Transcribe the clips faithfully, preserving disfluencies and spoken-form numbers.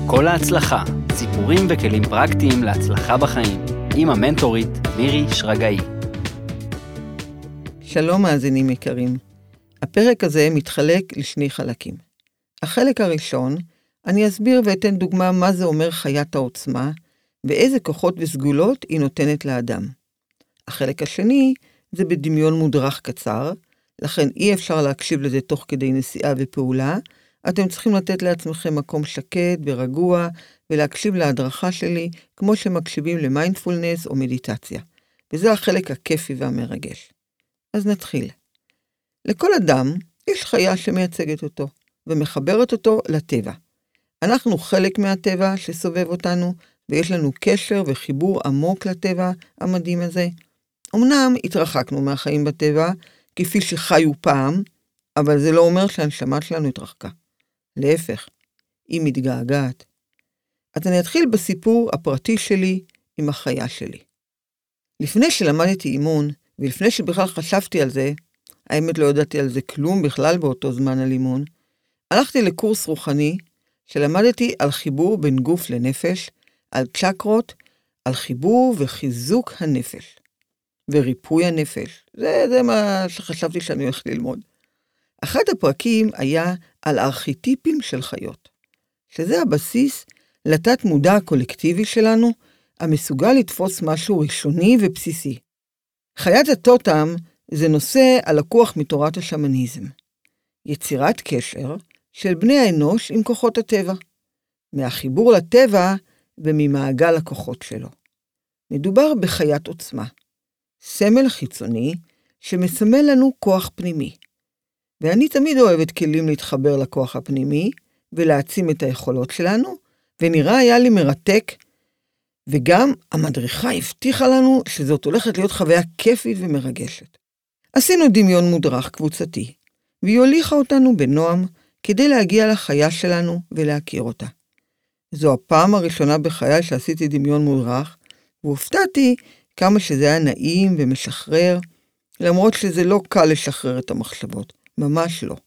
כל ההצלחה, סיפורים וכלים פרקטיים להצלחה בחיים, עם המנטורית מירי שרגאי. שלום מאזינים יקרים. הפרק הזה מתחלק לשני חלקים. החלק הראשון, אני אסביר ואתן דוגמה מה זה אומר חיית העוצמה, ואיזה כוחות וסגולות היא נותנת לאדם. החלק השני זה בדמיון מודרך קצר, לכן אי אפשר להקשיב לזה תוך כדי נסיעה ופעולה, אתם צריכים לתת לעצמכם מקום שקט ורגוע, ולהקשיב להדרכה שלי, כמו שמקשיבים למיינדפולנס או מדיטציה. וזה החלק הכיפי והמרגש. אז נתחיל. לכל אדם יש חיה שמייצגת אותו, ומחברת אותו לטבע. אנחנו חלק מהטבע שסובב אותנו, ויש לנו קשר וחיבור עמוק לטבע המדהים הזה. אמנם התרחקנו מהחיים בטבע, כפי שחיו פעם, אבל זה לא אומר שהנשמה שלנו התרחקה. להפך, היא מתגעגעת. אז אני אתחיל בסיפור הפרטי שלי עם החיה שלי. לפני שלמדתי אימון, ולפני שבכלל חשבתי על זה, האמת לא ידעתי על זה כלום בכלל באותו זמן על אימון, הלכתי לקורס רוחני, שלמדתי על חיבור בין גוף לנפש, על צ'קרות, על חיבור וחיזוק הנפש, וריפוי הנפש. זה, זה מה שחשבתי שאני הולך ללמוד. אחד הפרקים היה על ארכיטיפים של חיות, שזה הבסיס לתת מודע הקולקטיבי שלנו, המסוגל לתפוס משהו ראשוני ובסיסי. חיית הטוטם זה נושא הלקוח מתורת השמניזם. יצירת קשר של בני האנוש עם כוחות הטבע, מהחיבור לטבע וממעגל הכוחות שלו. מדובר בחיית עוצמה, סמל חיצוני שמסמל לנו כוח פנימי. ואני תמיד אוהבת כלים להתחבר לכוח הפנימי ולהעצים את היכולות שלנו, ונראה היה לי מרתק, וגם המדריכה הבטיחה לנו שזאת הולכת להיות חוויה כיפית ומרגשת. עשינו דמיון מודרך קבוצתי, והיא הוליכה אותנו בנועם כדי להגיע לחיה שלנו ולהכיר אותה. זו הפעם הראשונה בחיי שעשיתי דמיון מודרך, והופתעתי כמה שזה היה נעים ומשחרר, למרות שזה לא קל לשחרר את המחשבות, ממש לא.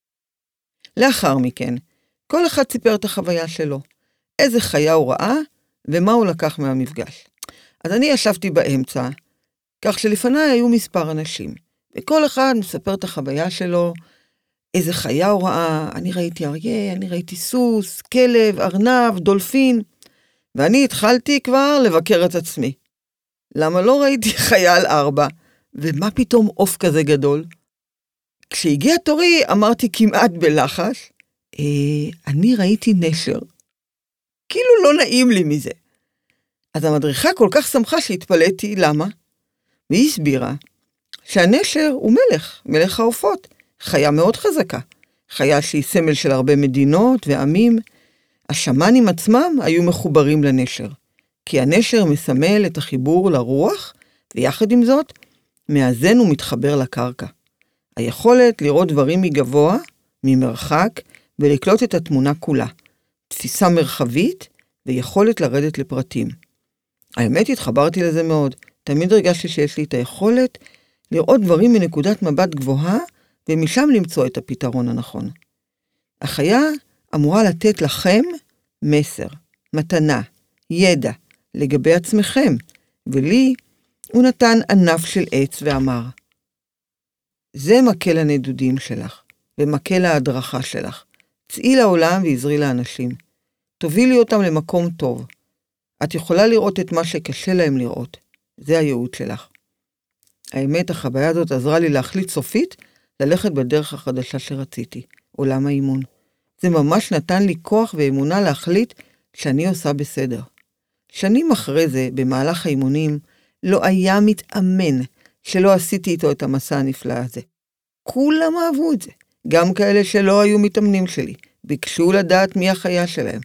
לאחר מכן, כל אחד סיפר את החוויה שלו, איזה חיה הוא ראה ומה הוא לקח מהמפגש. אז אני ישבתי באמצע, כך שלפניי היו מספר אנשים, וכל אחד מספר את החוויה שלו, איזה חיה הוא ראה, אני ראיתי אריה, אני ראיתי סוס, כלב, ארנב, דולפין, ואני התחלתי כבר לבקר את עצמי. למה לא ראיתי חיה על ארבע, ומה פתאום עוף כזה גדול? כשהגיע תורי אמרתי כמעט בלחש, אה, אני ראיתי נשר. כאילו לא נעים לי מזה. אז המדריכה כל כך שמחה שהתפלאתי, למה? והיא הסבירה שהנשר הוא מלך, מלך העופות, חיה מאוד חזקה, חיה שהיא סמל של הרבה מדינות ועמים. השמנים עצמם היו מחוברים לנשר, כי הנשר מסמל את החיבור לרוח, ויחד עם זאת, מאזן ומתחבר לקרקע. היכולת לראות דברים מגבוה, ממרחק, ולקלוט את התמונה כולה. תפיסה מרחבית ויכולת לרדת לפרטים. האמת התחברתי לזה מאוד. תמיד הרגשתי שיש לי את היכולת לראות דברים מנקודת מבט גבוהה, ומשם למצוא את הפתרון הנכון. החיה אמורה לתת לכם מסר, מתנה, ידע, לגבי עצמכם, ולי הוא נתן ענף של עץ ואמר, זה מקל הנדודים שלך, ומקל ההדרכה שלך. צאי לעולם ועזרי לאנשים. תובילי אותם למקום טוב. את יכולה לראות את מה שקשה להם לראות. זה הייעוד שלך. האמת, החוויה הזאת עזרה לי להחליט סופית, ללכת בדרך החדשה שרציתי, עולם האימון. זה ממש נתן לי כוח ואמונה להחליט שאני עושה בסדר. שנים אחרי זה, במהלך האימונים, לא היה מתאמן שלא עשיתי איתו את המסע הנפלא הזה. כולם אהבו את זה. גם כאלה שלא היו מתאמנים שלי, ביקשו לדעת מי החיה שלהם.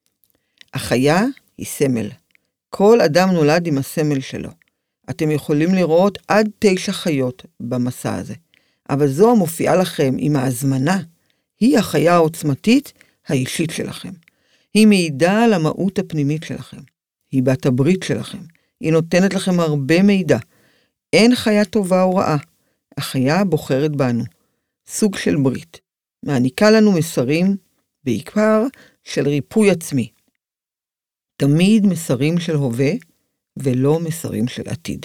החיה היא סמל. כל אדם נולד עם הסמל שלו. אתם יכולים לראות עד תשע חיות במסע הזה. אבל זו המופיעה לכם עם ההזמנה, היא החיה העוצמתית האישית שלכם. היא מעידה על המהות הפנימית שלכם. היא בת הברית שלכם. היא נותנת לכם הרבה מידע. אין חיה טובה או רעה. החיה בוחרת בנו. סוג של ברית. מעניקה לנו מסרים, בעיקר של ריפוי עצמי. תמיד מסרים של הווה ולא מסרים של עתיד.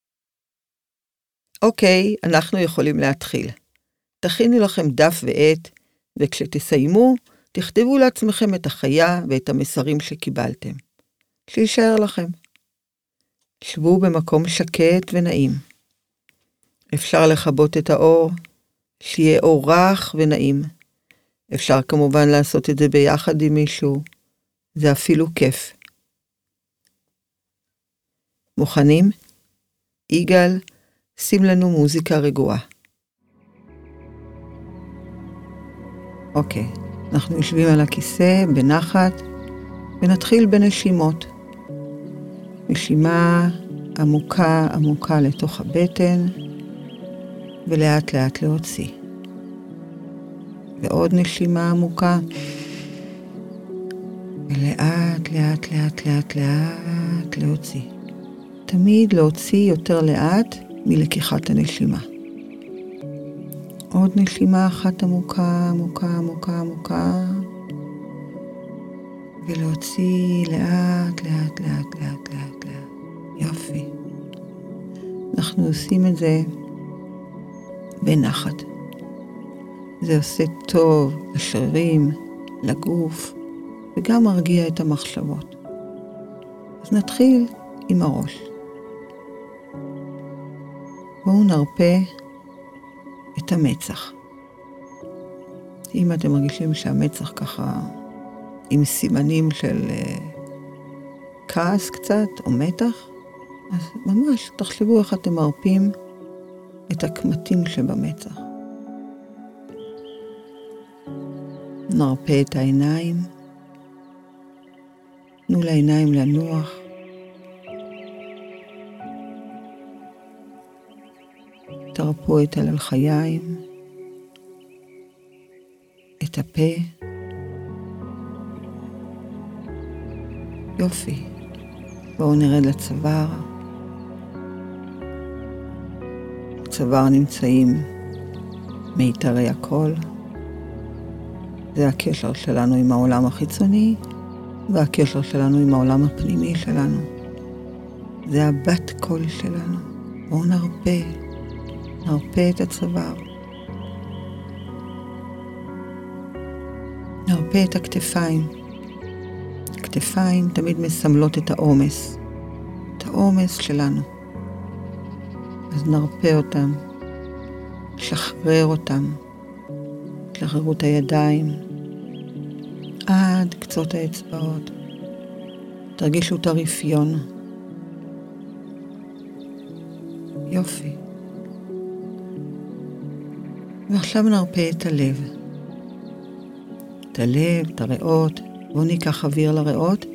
אוקיי, אנחנו יכולים להתחיל. תכינו לכם דף ועט, וכשתסיימו, תכתבו לעצמכם את החיה ואת המסרים שקיבלתם. שישאר לכם. שבו במקום שקט ונעים. אפשר לכבות את האור, שיהיה אור רך ונעים. אפשר כמובן לעשות את זה ביחד עם מישהו. זה אפילו כיף. מוכנים? יגאל, שים לנו מוזיקה רגועה. אוקיי, אנחנו יושבים על הכיסא בנחת, ונתחיל בנשימות. נשימה עמוקה עמוקה לתוך הבטן, ולאט לאט להוציא. ועוד נשימה עמוקה, ולאט לאט לאט לאט לאט להוציא. תמיד להוציא יותר לאט מלקיחת הנשימה. עוד נשימה אחת עמוקה, עמוקה, עמוקה, עמוקה. ולהוציא לאט, לאט, לאט, לאט, לאט, לאט. יופי. אנחנו עושים את זה בנחת. זה עושה טוב לשרירים, לגוף, וגם מרגיע את המחשבות. אז נתחיל עם הראש. בואו נרפה את המצח. אם אתם מרגישים שהמצח ככה עם סימנים של uh, כעס קצת או מתח, אז ממש תחשבו איך אתם מרפים את הקמטים שבמצח. נרפה את העיניים. תנו לעיניים לנוח. תרפו את הלחיים, את הפה. יופי. בואו נרד לצוואר. בצוואר נמצאים מיתרי הקול. זה הקשר שלנו עם העולם החיצוני, והקשר שלנו עם העולם הפנימי שלנו. זה הבת קול שלנו. בואו נרפה. נרפה את הצוואר. נרפה את הכתפיים. הכתפיים תמיד מסמלות את העומס. את העומס שלנו. אז נרפה אותם. שחרר אותם. שחררו את הידיים. עד קצות האצבעות. תרגישו את הרפיון. יופי. ועכשיו נרפה את הלב. את הלב, את הריאות. בואו ניקח אוויר לריאות.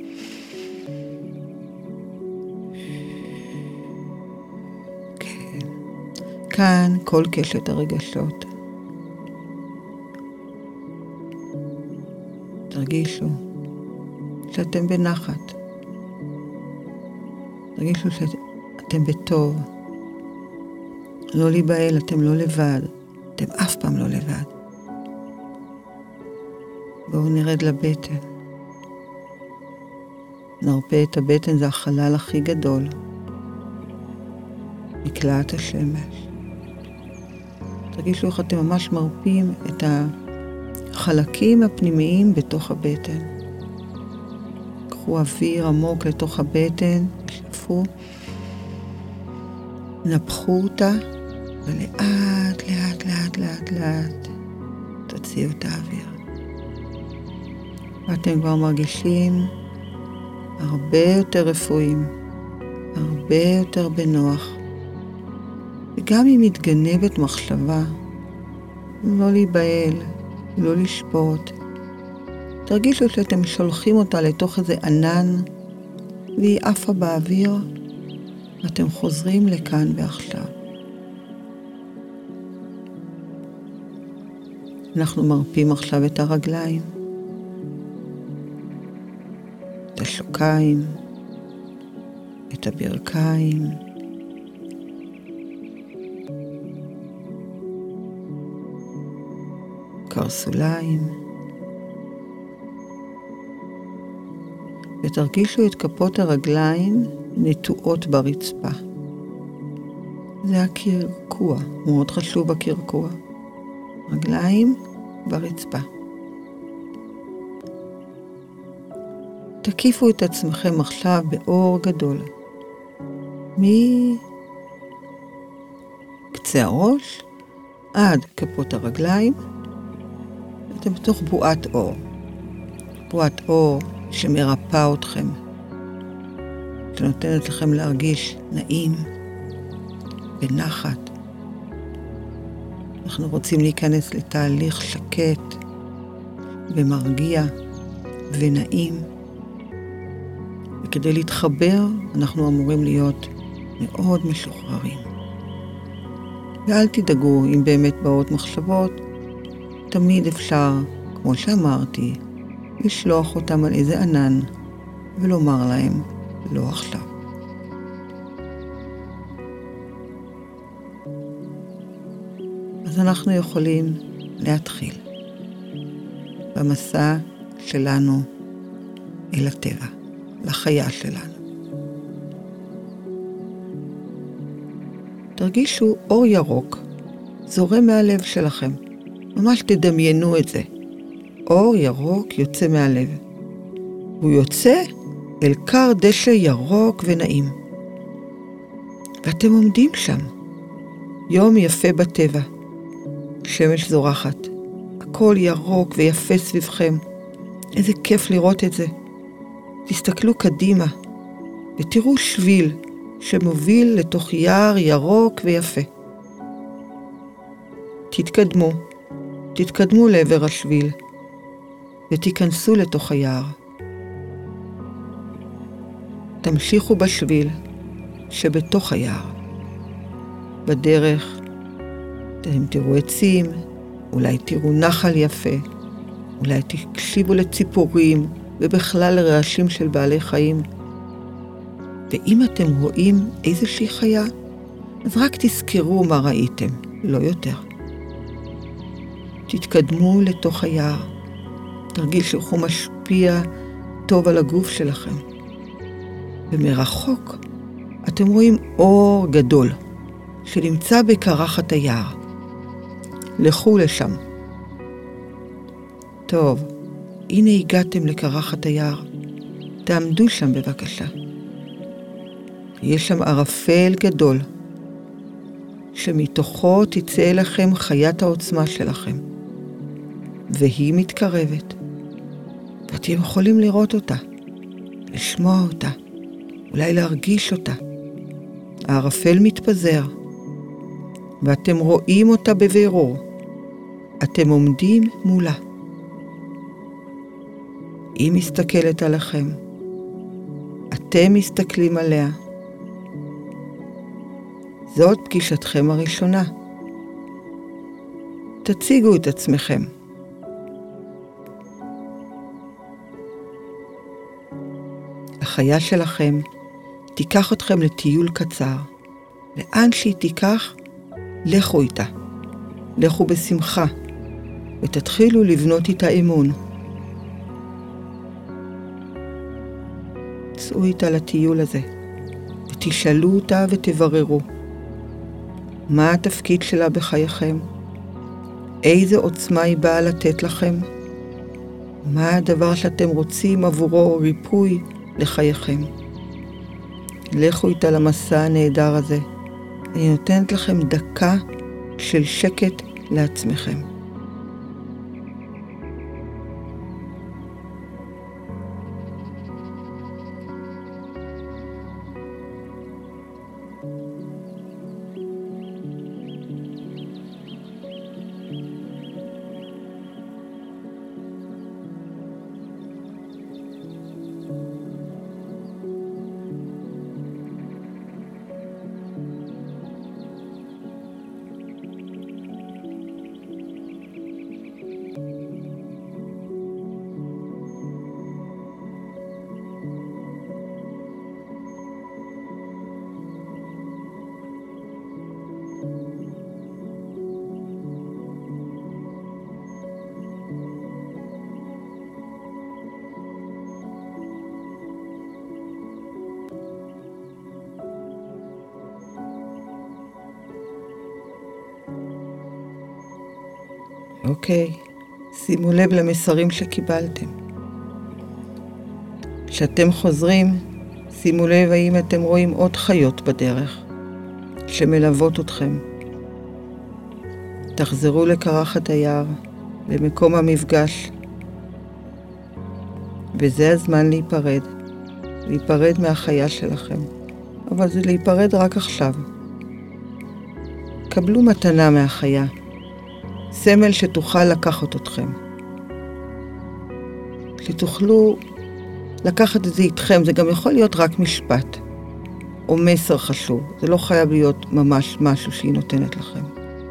כן. כאן כל קשת הרגשות. תרגישו שאתם בנחת. תרגישו שאתם בטוב. לא להיבהל, אתם לא לבד. אתם אף פעם לא לבד. בואו נרד לבטן. נרפה את הבטן, זה החלל הכי גדול. מקלעת השמש. תרגישו איך אתם ממש מרפים את החלקים הפנימיים בתוך הבטן. קחו אוויר עמוק לתוך הבטן, שפו. נפחו אותה, ולאט, לאט, לאט, לאט, לאט, תוציאו את האוויר. ואתם כבר מרגישים הרבה יותר רפואיים, הרבה יותר בנוח. וגם אם מתגנבת מחשבה, לא להיבהל, לא לשפוט. תרגישו שאתם שולחים אותה לתוך איזה ענן, והיא עפה באוויר, ואתם חוזרים לכאן ועכשיו. אנחנו מרפים עכשיו את הרגליים, את השוקיים, את הברכיים, קרסוליים. ותרגישו את כפות הרגליים נטועות ברצפה. זה הקרקוע, מאוד חשוב הקרקוע. רגליים ברצפה. תקיפו את עצמכם עכשיו באור גדול. מקצה הראש עד כפות הרגליים. אתם בתוך בועת אור. בועת אור שמרפא אתכם. שנותנת לכם להרגיש נעים בנחת. אנחנו רוצים להיכנס לתהליך שקט ומרגיע ונעים. וכדי להתחבר אנחנו אמורים להיות מאוד משוחררים. ואל תדאגו אם באמת באות מחשבות, תמיד אפשר, כמו שאמרתי, לשלוח אותם על איזה ענן ולומר להם לא עכשיו. אז אנחנו יכולים להתחיל במסע שלנו אל הטבע, לחיה שלנו. תרגישו אור ירוק זורם מהלב שלכם. ממש תדמיינו את זה. אור ירוק יוצא מהלב. הוא יוצא אל קר דשא ירוק ונעים. ואתם עומדים שם. יום יפה בטבע. שמש זורחת. הכל ירוק ויפה סביבכם. איזה כיף לראות את זה. תסתכלו קדימה ותראו שביל שמוביל לתוך יער ירוק ויפה. תתקדמו, תתקדמו לעבר השביל ותיכנסו לתוך היער. תמשיכו בשביל שבתוך היער. בדרך אתם תראו עצים, אולי תראו נחל יפה, אולי תקשיבו לציפורים ובכלל לרעשים של בעלי חיים. ואם אתם רואים איזושהי חיה, אז רק תזכרו מה ראיתם, לא יותר. תתקדמו לתוך היער, תרגישו איך הוא משפיע טוב על הגוף שלכם. ומרחוק אתם רואים אור גדול שנמצא בקרחת היער. לכו לשם. טוב, הנה הגעתם לקרחת היער. תעמדו שם בבקשה. יש שם ערפל גדול, שמתוכו תצא אליכם חיית העוצמה שלכם. והיא מתקרבת. ואתם יכולים לראות אותה, לשמוע אותה, אולי להרגיש אותה. הערפל מתפזר, ואתם רואים אותה בבירור. אתם עומדים מולה. היא מסתכלת עליכם. אתם מסתכלים עליה. זאת פגישתכם הראשונה. תציגו את עצמכם. החיה שלכם תיקח אתכם לטיול קצר. לאן שהיא תיקח, לכו איתה. לכו בשמחה, ותתחילו לבנות איתה אמון. צאו איתה לטיול הזה, ותשאלו אותה ותבררו. מה התפקיד שלה בחייכם? איזה עוצמה היא באה לתת לכם? מה הדבר שאתם רוצים עבורו ריפוי לחייכם? לכו איתה למסע הנהדר הזה. אני נותנת לכם דקה של שקט לעצמכם. אוקיי, שימו לב למסרים שקיבלתם. כשאתם חוזרים, שימו לב האם אתם רואים עוד חיות בדרך שמלוות אתכם. תחזרו לקרחת היער, למקום המפגש, וזה הזמן להיפרד, להיפרד מהחיה שלכם, אבל זה להיפרד רק עכשיו. קבלו מתנה מהחיה, סמל שתוכל לקחת אתכם. שתוכלו לקחת את זה איתכם, זה גם יכול להיות רק משפט, או מסר חשוב, זה לא חייב להיות ממש משהו שהיא נותנת לכם.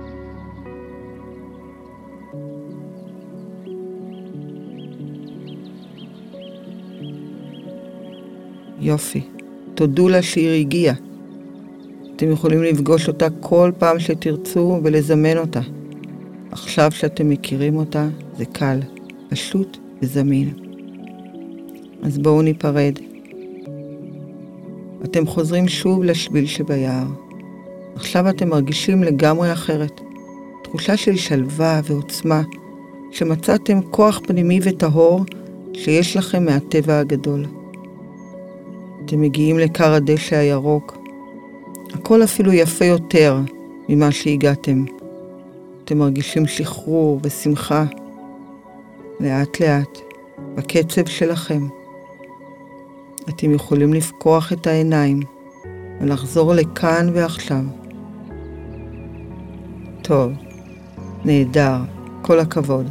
יופי, תודו לה שהיא הגיעה. אתם יכולים לפגוש אותה כל פעם שתרצו ולזמן אותה. עכשיו שאתם מכירים אותה, זה קל, פשוט וזמין. אז בואו ניפרד. אתם חוזרים שוב לשביל שביער. עכשיו אתם מרגישים לגמרי אחרת. תחושה של שלווה ועוצמה, שמצאתם כוח פנימי וטהור שיש לכם מהטבע הגדול. אתם מגיעים לקר הדשא הירוק. הכל אפילו יפה יותר ממה שהגעתם. אתם מרגישים שחרור ושמחה. לאט לאט, בקצב שלכם. אתם יכולים לפקוח את העיניים ולחזור לכאן ועכשיו. טוב, נהדר, כל הכבוד.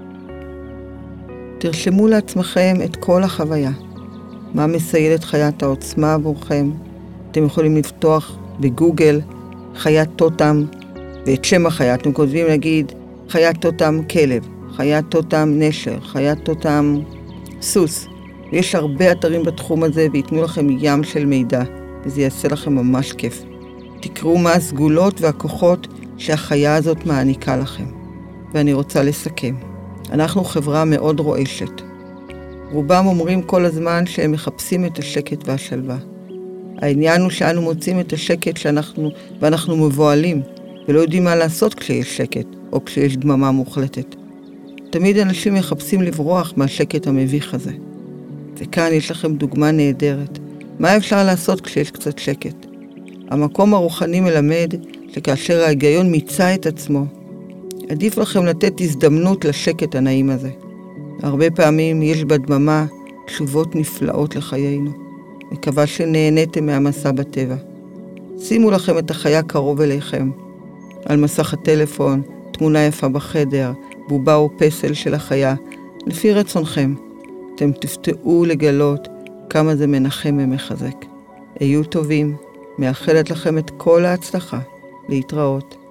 תרשמו לעצמכם את כל החוויה. מה מסייל את חיית העוצמה עבורכם? אתם יכולים לפתוח בגוגל חיית טוטם, ואת שם החיה אתם כותבים נגיד חיית טוטם כלב, חיית טוטם נשר, חיית טוטם סוס. יש הרבה אתרים בתחום הזה ויתנו לכם ים של מידע, וזה יעשה לכם ממש כיף. תקראו מה הסגולות והכוחות שהחיה הזאת מעניקה לכם. ואני רוצה לסכם. אנחנו חברה מאוד רועשת. רובם אומרים כל הזמן שהם מחפשים את השקט והשלווה. העניין הוא שאנו מוצאים את השקט שאנחנו, ואנחנו מבועלים, ולא יודעים מה לעשות כשיש שקט, או כשיש דממה מוחלטת. תמיד אנשים מחפשים לברוח מהשקט המביך הזה. וכאן יש לכם דוגמה נהדרת. מה אפשר לעשות כשיש קצת שקט? המקום הרוחני מלמד שכאשר ההיגיון מיצה את עצמו, עדיף לכם לתת הזדמנות לשקט הנעים הזה. הרבה פעמים יש בדממה תשובות נפלאות לחיינו. מקווה שנהניתם מהמסע בטבע. שימו לכם את החיה קרוב אליכם. על מסך הטלפון, תמונה יפה בחדר, בובה או פסל של החיה, לפי רצונכם. אתם תפתעו לגלות כמה זה מנחם ומחזק. היו טובים, מאחלת לכם את כל ההצלחה. להתראות.